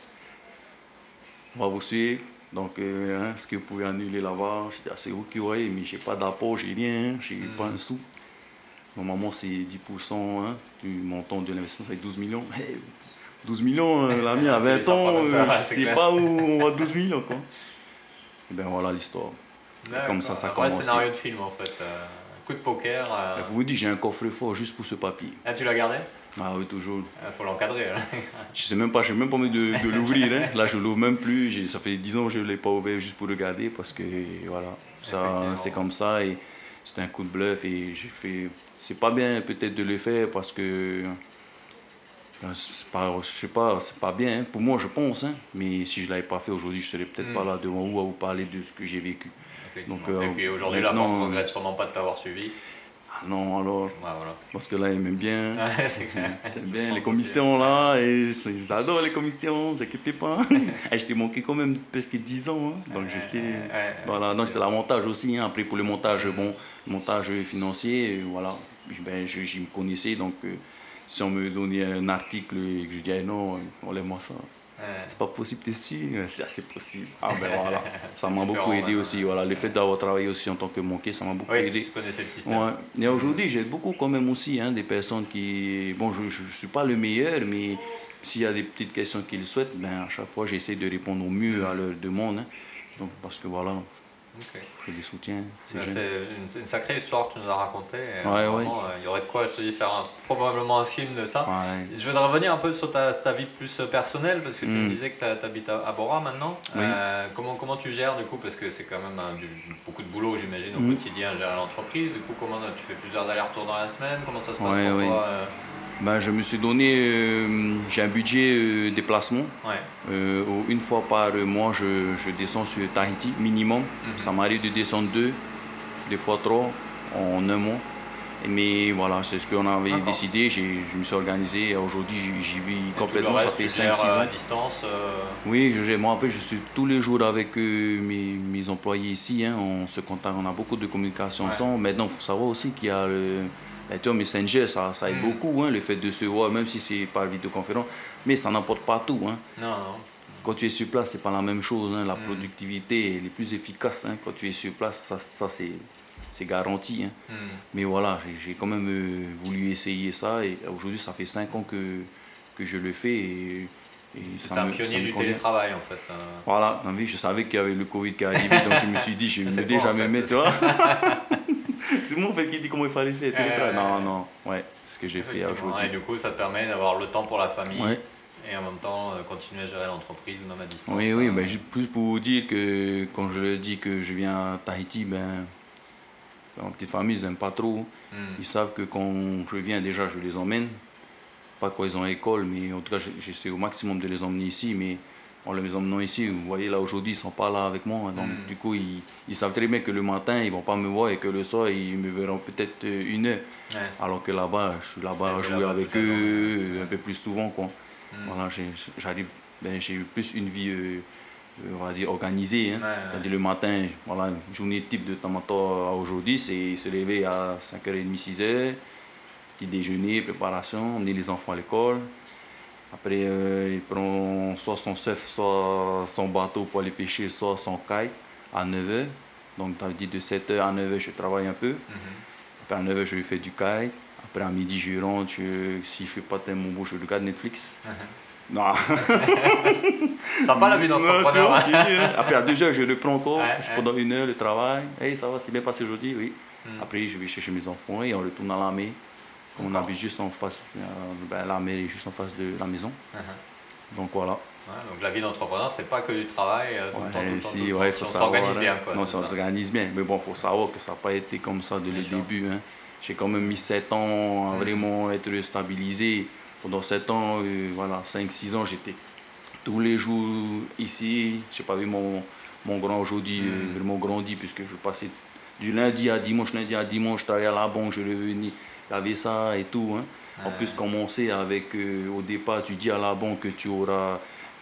B: On va vous suivre. Donc, est-ce que vous pouvez annuler là-bas? Je dis, c'est vous qui voyez, mais je n'ai pas d'apport, j'ai rien, je n'ai pas un sou. Normalement, c'est 10% du montant de l'investissement, c'est 12 millions. Hey, 12 millions, l'ami à 20 ans, je ne sais pas où on va 12 millions. Quoi. Et bien voilà l'histoire. Et comme ça
A: Après,
B: commence.
A: Scénario de film en fait. Coup de poker.
B: Je vous dis, j'ai un coffre-fort juste pour ce papier.
A: Ah, tu l'as gardé?
B: Ah oui, toujours.
A: Faut l'encadrer.
B: Je sais même pas envie de l'ouvrir. Hein. Là, je l'ouvre même plus. Ça fait 10 ans que je ne l'ai pas ouvert juste pour le garder parce que voilà, ça, c'est comme ça et c'est un coup de bluff et j'ai fait. C'est pas bien peut-être de le faire parce que c'est pas bien hein. Pour moi, je pense. Hein. Mais si je l'avais pas fait aujourd'hui, je serais peut-être pas là devant vous à vous parler de ce que j'ai vécu.
A: Donc, et puis aujourd'hui, la banque ne regrette sûrement pas de t'avoir suivi.
B: Ah non, alors,
A: voilà.
B: parce que là, ils m'aiment bien.
A: C'est clair.
B: Ils aiment bien les commissions, là, et ils adorent les commissions, ne vous inquiétez pas. Et je t'ai manqué quand même presque 10 ans, hein, donc je sais. Voilà, donc c'est la montage aussi, hein. Après pour le montage, montage financier, voilà, j'y me connaissais, donc si on me donnait un article et que je disais non, enlève-moi ça. C'est pas possible, t'es sûr? C'est assez possible. Ah ben voilà, ça m'a beaucoup aidé aussi. Voilà. Le fait d'avoir travaillé aussi en tant que banquier, ça m'a beaucoup aidé.
A: Oui, tu connaissais le système.
B: Ouais. Et aujourd'hui, j'aide beaucoup quand même aussi hein, des personnes qui... Bon, je ne suis pas le meilleur, mais s'il y a des petites questions qu'ils souhaitent, ben, à chaque fois, j'essaie de répondre au mieux à leurs demandes. Hein. Donc, parce que voilà, j'ai des soutiens.
A: C'est une sacrée histoire que tu nous as racontée. Il y aurait de quoi, je te dis, faire probablement un film de ça.
B: Ouais.
A: Je vais revenir un peu sur ta vie plus personnelle, parce que tu me disais que tu habites à Bora maintenant.
B: Oui.
A: Comment tu gères du coup? Parce que c'est quand même beaucoup de boulot, j'imagine, au quotidien, gérer l'entreprise. Du coup, comment tu fais plusieurs allers-retours dans la semaine? Comment ça se passe pour toi
B: Ben, je me suis donné, j'ai un budget déplacement. Une fois par mois, je descends sur Tahiti, minimum. Ça m'arrive de descendre 2 fois 3 en un mois. Mais voilà, c'est ce qu'on avait décidé. Je me suis organisé. Aujourd'hui, j'y vis complètement. Ça fait 5-6 ans.
A: À distance
B: Oui, je gère. Moi, après, je suis tous les jours avec mes employés ici. Hein. On se contacte, on a beaucoup de communication ensemble. Maintenant, il faut savoir aussi qu'il y a Messenger, ça aide beaucoup, hein, le fait de se voir, même si c'est par vidéoconférence, mais ça n'emporte pas tout. Hein.
A: Non.
B: Quand tu es sur place, c'est pas la même chose. Hein. La productivité elle est plus efficace. Hein. Quand tu es sur place, ça c'est garanti. Hein. Mais voilà, j'ai quand même voulu essayer ça et aujourd'hui, ça fait 5 ans que je le fais. Et
A: c'est un pionnier du télétravail en fait.
B: Voilà, je savais qu'il y avait le Covid qui arrivait, donc je me suis dit, je ne vais déjà me mettre, tu vois. C'est moi en fait qui dit comment il fallait faire télétravail. Non, ouais, c'est ce que j'ai fait aujourd'hui.
A: Et du coup, ça te permet d'avoir le temps pour la famille et en même temps continuer à gérer l'entreprise même à distance.
B: Oui, ben, plus pour vous dire que quand je leur dis que je viens à Tahiti, ben, ma petite famille, ils n'aiment pas trop. Ils savent que quand je viens, déjà, je les emmène. Pas quand ils ont école, mais en tout cas, j'essaie au maximum de les emmener ici. Mais en les emmenant ici, vous voyez, là aujourd'hui, ils ne sont pas là avec moi. Donc, du coup, ils savent très bien que le matin, ils ne vont pas me voir et que le soir, ils me verront peut-être 1 heure. Alors que là-bas, je suis là-bas à jouer avec eux un peu plus souvent. Quoi. Voilà, j'ai eu plus une vie, on va dire, organisée. Hein. C'est-à-dire le matin, voilà, une journée type de Tamator à aujourd'hui, c'est se lever à 5h30, 6h, petit déjeuner, préparation, emmener les enfants à l'école. Après, il prend soit son surf, soit son bateau pour aller pêcher, soit son kite à 9h. Donc, tu as dit de 7h à 9h, je travaille un peu. Après, à 9h, je lui fais du kite. Après, à midi, je rentre. Si je ne fais pas tellement beau, je regarde Netflix. Non.
A: Sympa la vie d'entrepreneur.
B: Après, à 2 heures, je reprends encore. Pendant 1 heure, le travail. Hey, ça va, c'est bien passé aujourd'hui, oui. Après, je vais chercher mes enfants et on retourne à la mer. On habite juste en face, la mer est juste en face de la maison. Donc voilà.
A: Ouais, donc la vie d'entrepreneur, c'est pas que du travail.
B: Il faut
A: s'organise bien. Quoi,
B: non, ça s'organise bien. Mais bon, il faut savoir que ça n'a pas été comme ça dès le début. Hein. J'ai quand même mis 7 ans à vraiment être stabilisé. Pendant 7 ans, 5-6 ans, j'étais tous les jours ici. Je n'ai pas vu mon grand aujourd'hui vraiment grandi puisque je passais du lundi à dimanche, je travaillais à la banque, je revenais, il y avait ça et tout. Hein. En plus, commencer avec, au départ, tu dis à la banque que tu auras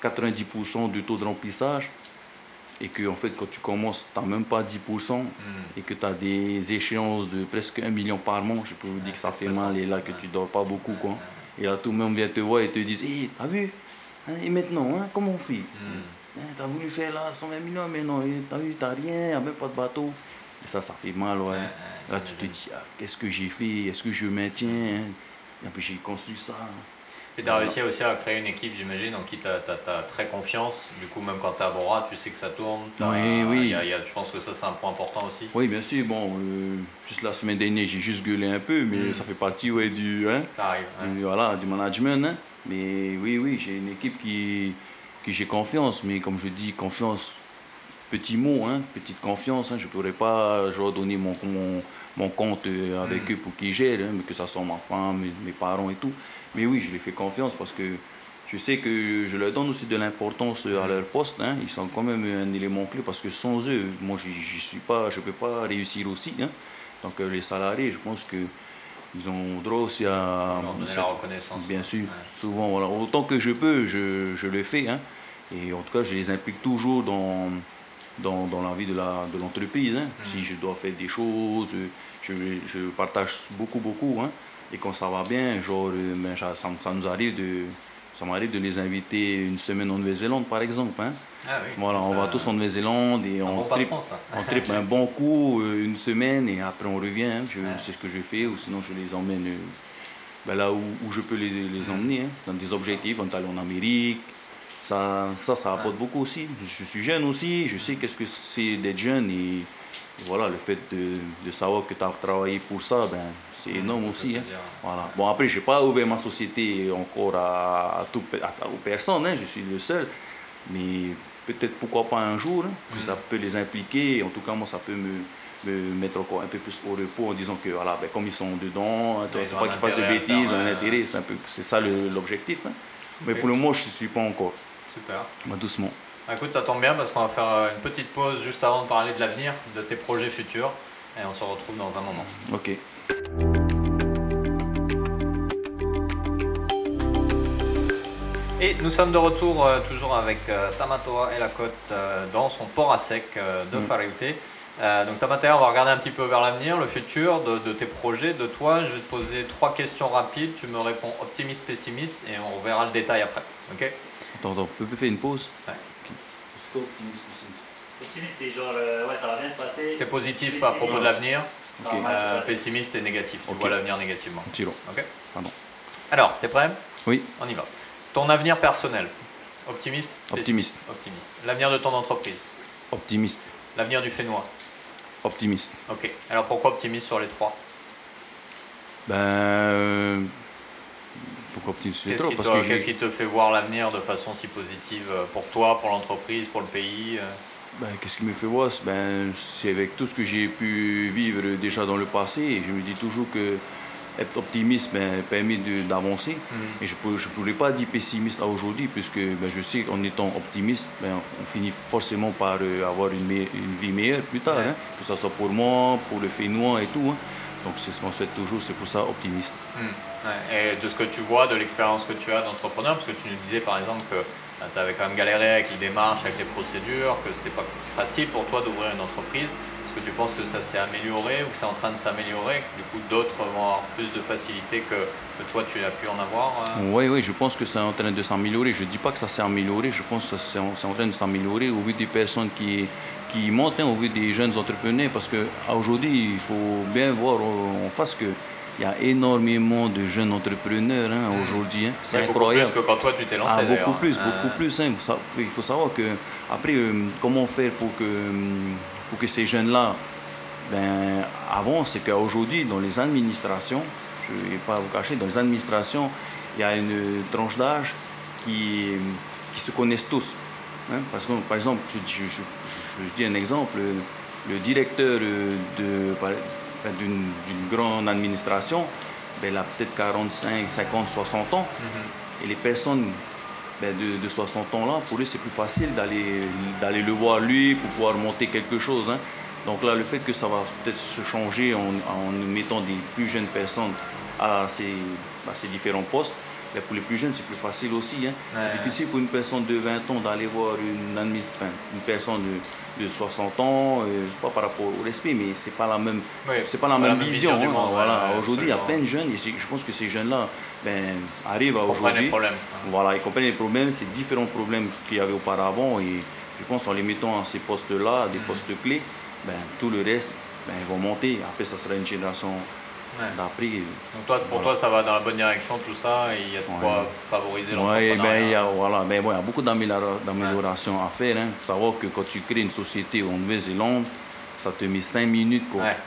B: 90% du taux de remplissage et que en fait quand tu commences tu n'as même pas 10% et que tu as des échéances de presque 1 million par mois, je peux vous dire que ça fait mal et là que tu dors pas beaucoup quoi. Et là tout le monde vient te voir et te dit hey, t'as vu hein, et maintenant hein, comment on fait t'as voulu faire là 120 millions mais non t'as vu t'as rien, même pas de bateau et ça fait mal ouais. Là tu te dis qu'est-ce que j'ai fait, est-ce que je maintiens hein? Et puis j'ai construit ça.
A: Et tu as réussi aussi à créer une équipe, j'imagine, en qui tu as très confiance. Du coup, même quand tu es à Bora, tu sais que ça tourne.
B: Oui.
A: Je pense que ça, c'est un point important aussi.
B: Oui, bien sûr. Bon, juste la semaine dernière, j'ai juste gueulé un peu, mais ça fait partie du management. Hein. Mais oui, j'ai une équipe qui j'ai confiance. Mais comme je dis, confiance, petit mot, hein, petite confiance. Hein, je ne pourrais pas donner mon compte avec eux pour qu'ils gèrent, hein, mais que ça soit ma femme, mes parents et tout. Mais oui, je les fais confiance parce que je sais que je leur donne aussi de l'importance à leur poste. Hein. Ils sont quand même un élément clé parce que sans eux, moi, je ne peux pas réussir aussi. Hein. Donc les salariés, je pense qu'ils ont droit aussi à
A: donner la reconnaissance.
B: Bien sûr, souvent, voilà. Autant que je peux, je le fais. Hein. Et en tout cas, je les implique toujours dans la vie de l'entreprise. Hein. Si je dois faire des choses, je partage beaucoup. Hein. Et quand ça va bien, ça m'arrive de les inviter une semaine en Nouvelle-Zélande, par exemple. Hein.
A: Ah oui,
B: voilà, on va tous en Nouvelle-Zélande et on tripe un bon coup, une semaine, et après on revient. Hein. C'est ce que je fais, ou sinon je les emmène là où je peux les emmener, hein, dans des objectifs. On est allé en Amérique. Ça apporte beaucoup aussi. Je suis jeune aussi, je sais qu'est-ce que c'est d'être jeune et voilà, le fait de savoir que tu as travaillé pour ça, c'est énorme aussi. Hein. Voilà. Bon, après, je n'ai pas ouvert ma société encore aux personnes, hein, je suis le seul. Mais peut-être pourquoi pas un jour, hein, que ça peut les impliquer. En tout cas, moi, ça peut me mettre encore un peu plus au repos en disant que voilà, comme ils sont dedans, il ne faut pas qu'ils fassent de bêtises, un intérêt, c'est ça l'objectif. Hein. Mais pour le moment, je ne suis pas encore.
A: Super.
B: Doucement.
A: Écoute, ça tombe bien parce qu'on va faire une petite pause juste avant de parler de l'avenir, de tes projets futurs. Et on se retrouve dans un moment.
B: Ok.
A: Et nous sommes de retour toujours avec Tamatoa et la côte dans son port à sec de Whareute. Donc Tamatoa, on va regarder un petit peu vers l'avenir, le futur de tes projets, de toi. Je vais te poser 3 questions rapides. Tu me réponds optimiste, pessimiste et on verra le détail après. Ok ?
B: Attends, on peut faire une pause?
A: Ouais.
C: Optimiste, c'est genre, ça va bien se passer.
A: T'es positif à propos de l'avenir, pessimiste et négatif. Tu vois l'avenir négativement.
B: Ok. Pardon.
A: Alors, t'es prêt?
B: Oui.
A: On y va. Ton avenir personnel, optimiste?
B: Optimiste.
A: Optimiste. L'avenir de ton entreprise?
B: Optimiste.
A: L'avenir du Fénois?
B: Optimiste.
A: Ok. Alors pourquoi optimiste sur les 3?
B: Pourquoi optimiste sur les 3?
A: Qu'est-ce qui te fait voir l'avenir de façon si positive pour toi, pour l'entreprise, pour le pays?
B: Qu'est-ce qui me fait voir? C'est avec tout ce que j'ai pu vivre déjà dans le passé. Et je me dis toujours que être optimiste permet d'avancer. Et je ne pourrais pas dire pessimiste à aujourd'hui, puisque je sais qu'en étant optimiste, on finit forcément par avoir une vie meilleure plus tard. Hein, que ce soit pour moi, pour le Fénois et tout. Hein. Donc c'est ce qu'on souhaite toujours, c'est pour ça optimiste.
A: Et de ce que tu vois, de l'expérience que tu as d'entrepreneur, parce que tu nous disais par exemple que tu avais quand même galéré avec les démarches, avec les procédures, que c'était pas facile pour toi d'ouvrir une entreprise. Est-ce que tu penses que ça s'est amélioré ou que c'est en train de s'améliorer, que du coup d'autres vont avoir plus de facilité que toi tu as pu en avoir?
B: Oui, je pense que c'est en train de s'améliorer. Je ne dis pas que ça s'est amélioré, je pense que c'est en train de s'améliorer au vu des personnes qui montent, au vu des jeunes entrepreneurs, parce qu'aujourd'hui, il faut bien voir en face que il y a énormément de jeunes entrepreneurs aujourd'hui. C'est
A: beaucoup
B: incroyable.
A: plus que quand toi tu t'es lancé.
B: Beaucoup plus. Il faut savoir que après, comment faire pour que ces jeunes-là, avant, c'est qu'aujourd'hui, dans les administrations, je ne vais pas vous cacher, dans les administrations, il y a une tranche d'âge qui se connaissent tous. Parce que, par exemple, je dis un exemple, le directeur d'une grande administration, il a peut-être 45, 50, 60 ans. Et les personnes de 60 ans là, pour eux, c'est plus facile d'aller le voir lui pour pouvoir monter quelque chose. Donc là, le fait que ça va peut-être se changer en mettant des plus jeunes personnes à ces différents postes, pour les plus jeunes, c'est plus facile aussi. C'est difficile pour une personne de 20 ans d'aller voir une personne de 60 ans, pas par rapport au respect, mais c'est pas la même, c'est pas la même vision. Aujourd'hui, il y a plein de jeunes, et je pense que ces jeunes-là arrivent à aujourd'hui. Voilà, ils comprennent les problèmes, c'est différents problèmes qu'il y avait auparavant, et je pense en les mettant à ces postes-là, des postes clés, tout le reste, ils vont monter. Après, ça sera une génération d'après.
A: Donc pour toi, ça va dans la bonne direction, tout ça, et il y a de quoi favoriser l'entrepreneuriat.
B: Il y a beaucoup d'améliorations à faire. Il faut savoir que quand tu crées une société en Nouvelle-Zélande, ça te met 5 minutes.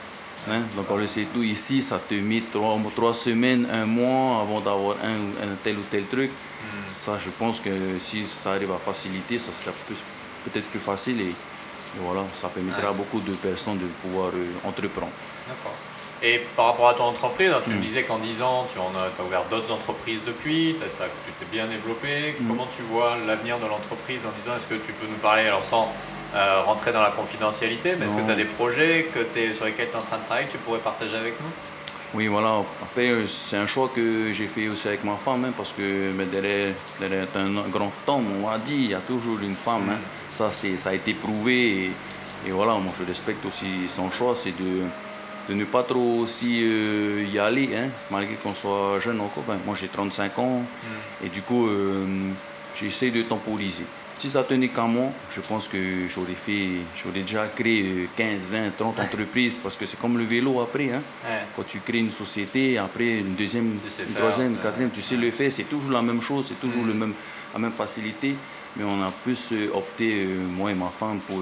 B: Donc on le sait tout ici, ça te met 3 semaines, 1 mois avant d'avoir un tel ou tel truc. Ça, je pense que si ça arrive à faciliter, ça sera peut-être plus facile. Et voilà, ça permettra à beaucoup de personnes de pouvoir entreprendre.
A: D'accord. Et par rapport à ton entreprise, tu me disais qu'en 10 ans, tu as ouvert d'autres entreprises depuis, tu t'es bien développé. Comment tu vois l'avenir de l'entreprise en 10 ans? Est-ce que tu peux nous parler, alors sans rentrer dans la confidentialité, mais est-ce que tu as des projets sur lesquels tu es en train de travailler que tu pourrais partager avec nous?
B: Oui, voilà. Après, c'est un choix que j'ai fait aussi avec ma femme, parce que derrière un grand homme, on m'a dit, il y a toujours une femme. Ça a été prouvé. Et voilà, moi je respecte aussi son choix, c'est de ne pas trop aussi y aller, malgré qu'on soit jeune encore. Moi j'ai 35 ans et du coup j'essaie de temporiser. Si ça tenait qu'à moi, je pense que j'aurais déjà créé 15, 20, 30 entreprises, parce que c'est comme le vélo après. Quand tu crées une société, après une deuxième, une troisième, une quatrième, tu sais le faire, c'est toujours la même chose, c'est toujours la même facilité. Mais on a plus opté, moi et ma femme, pour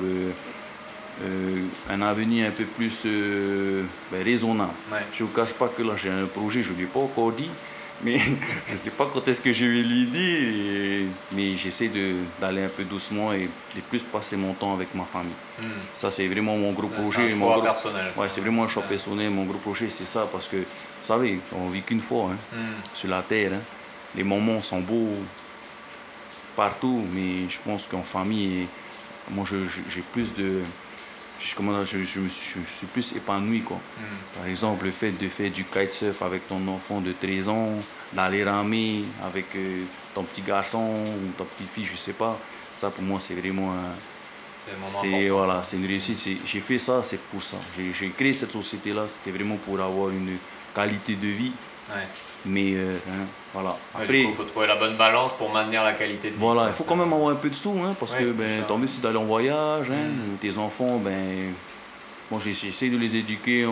B: un avenir un peu plus raisonnable. Je ne vous cache pas que là j'ai un projet, je ne lui ai pas encore dit, mais je ne sais pas quand est-ce que je vais lui dire, mais j'essaie d'aller un peu doucement et de plus passer mon temps avec ma famille. Ça, c'est vraiment mon gros projet.
A: C'est un choix personnel.
B: C'est vraiment un choix personnel. Mon gros projet, c'est ça, parce que, vous savez, on vit qu'une fois sur la terre. Les moments sont beaux partout, mais je pense qu'en famille, moi, j'ai plus de... je suis plus épanoui. Par exemple, le fait de faire du kitesurf avec ton enfant de 13 ans, d'aller ramer avec ton petit garçon ou ta petite fille, je sais pas, ça pour moi c'est vraiment c'est une réussite. J'ai fait ça, c'est pour ça. J'ai créé cette société-là, c'était vraiment pour avoir une qualité de vie. Mais voilà.
A: Après, il faut trouver la bonne balance pour maintenir la qualité de vie.
B: Voilà, il faut quand même avoir un peu de sous, parce que tant mieux si d'aller en voyage, tes enfants, moi j'essaie de les éduquer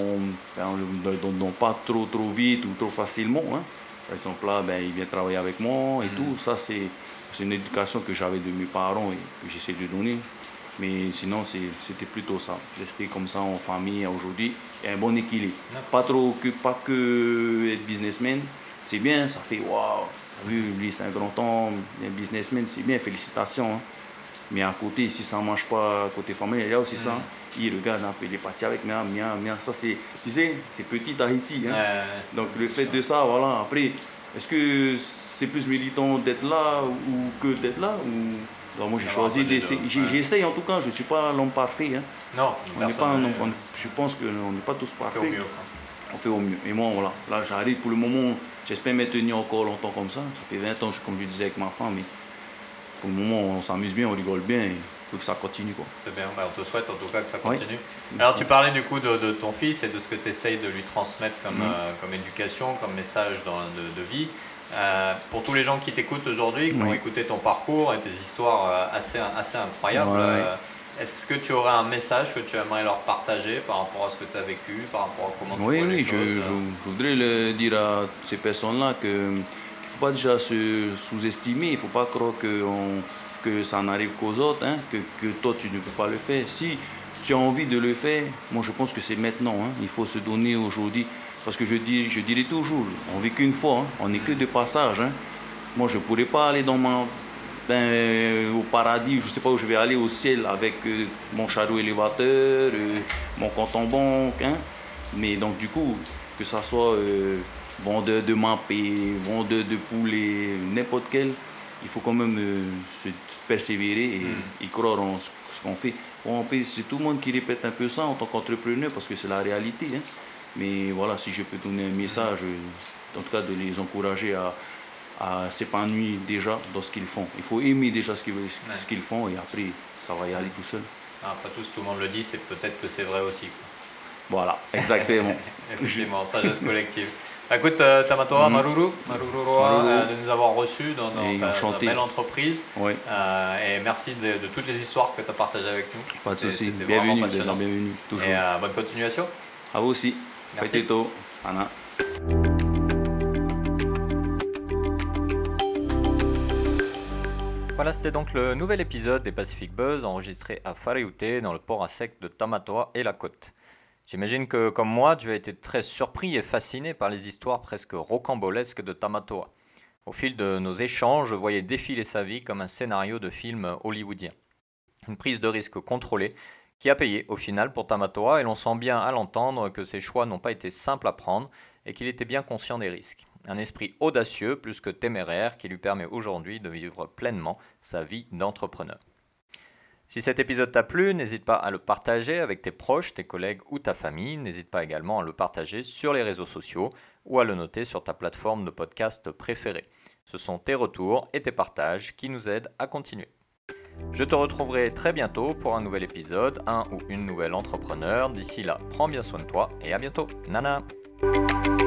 B: pas trop vite ou trop facilement. Par exemple là, ils viennent travailler avec moi et tout. Ça c'est une éducation que j'avais de mes parents et que j'essaie de donner. Mais sinon, c'était plutôt ça. Rester comme ça en famille aujourd'hui et un bon équilibre. Pas que être businessman. C'est bien, ça fait waouh. Lui, c'est un grand homme, un businessman, c'est bien, félicitations. Mais à côté, si ça ne marche pas côté famille, il y a aussi ça. Il regarde un peu, il est parti avec moi. Ça, tu sais, c'est petit Tahiti. Donc, le fait de ça, voilà. Après, est-ce que c'est plus militant d'être là ou que d'être là Alors moi j'ai choisi d'essayer. J'essaye en tout cas, je ne suis pas l'homme parfait.
A: Non,
B: on n'est pas un homme, je pense qu'on n'est pas tous parfaits. On fait au mieux. Et moi voilà, là j'arrive pour le moment, j'espère me tenir encore longtemps comme ça. Ça fait 20 ans, comme je disais avec ma femme, mais pour le moment on s'amuse bien, on rigole bien. Il faut que ça continue.
A: C'est bien, on te souhaite en tout cas que ça continue. Alors tu parlais du coup de ton fils et de ce que tu essayes de lui transmettre comme éducation, comme message de vie. Pour tous les gens qui t'écoutent aujourd'hui, qui ont écouté ton parcours et tes histoires assez incroyables, Est-ce que tu aurais un message que tu aimerais leur partager par rapport à ce que tu as vécu, par rapport à comment tu vois les choses?
B: Je voudrais le dire à ces personnes-là qu'il ne faut pas déjà se sous-estimer, il ne faut pas croire que ça n'arrive qu'aux autres, hein, que toi tu ne peux pas le faire. Si tu as envie de le faire, moi je pense que c'est maintenant, hein, il faut se donner aujourd'hui. Parce que je dirais toujours, on vit qu'une fois, hein, on n'est que de passage. Hein. Moi je ne pourrais pas aller au paradis, je ne sais pas où je vais aller, au ciel, avec mon chariot élévateur, mon compte en banque. Hein. Mais donc du coup, que ça soit vendeur de mappé, vendeur de poulet, n'importe quel, il faut quand même se persévérer et croire en ce qu'on fait. Bon, c'est tout le monde qui répète un peu ça en tant qu'entrepreneur parce que c'est la réalité. Hein. Mais voilà, si je peux donner un message, en tout cas de les encourager à s'épanouir déjà dans ce qu'ils font. Il faut aimer déjà ce qu'ils font et après, ça va y aller tout seul.
A: Après tout le monde le dit, c'est peut-être que c'est vrai aussi. Quoi.
B: Voilà, exactement.
A: Effectivement, sagesse collective. Écoute, Tamatoa, Maruru Roa, de nous avoir reçus dans ta belle entreprise.
B: Oui.
A: Et merci de toutes les histoires que tu as partagées avec nous.
B: Pas de souci. Bienvenue, toujours.
A: Et bonne continuation.
B: À vous aussi.
A: Merci.
B: Petito, Anna.
A: Voilà, c'était donc le nouvel épisode des Pacific Buzz enregistré à Whareute dans le port à sec de Tamatoa et la côte. J'imagine que, comme moi, tu as été très surpris et fasciné par les histoires presque rocambolesques de Tamatoa. Au fil de nos échanges, je voyais défiler sa vie comme un scénario de film hollywoodien. Une prise de risque contrôlée qui a payé au final pour Tamatoa et l'on sent bien à l'entendre que ses choix n'ont pas été simples à prendre et qu'il était bien conscient des risques. Un esprit audacieux plus que téméraire qui lui permet aujourd'hui de vivre pleinement sa vie d'entrepreneur. Si cet épisode t'a plu, n'hésite pas à le partager avec tes proches, tes collègues ou ta famille. N'hésite pas également à le partager sur les réseaux sociaux ou à le noter sur ta plateforme de podcast préférée. Ce sont tes retours et tes partages qui nous aident à continuer. Je te retrouverai très bientôt pour un nouvel épisode, un ou une nouvelle entrepreneur. D'ici là, prends bien soin de toi et à bientôt. Nana!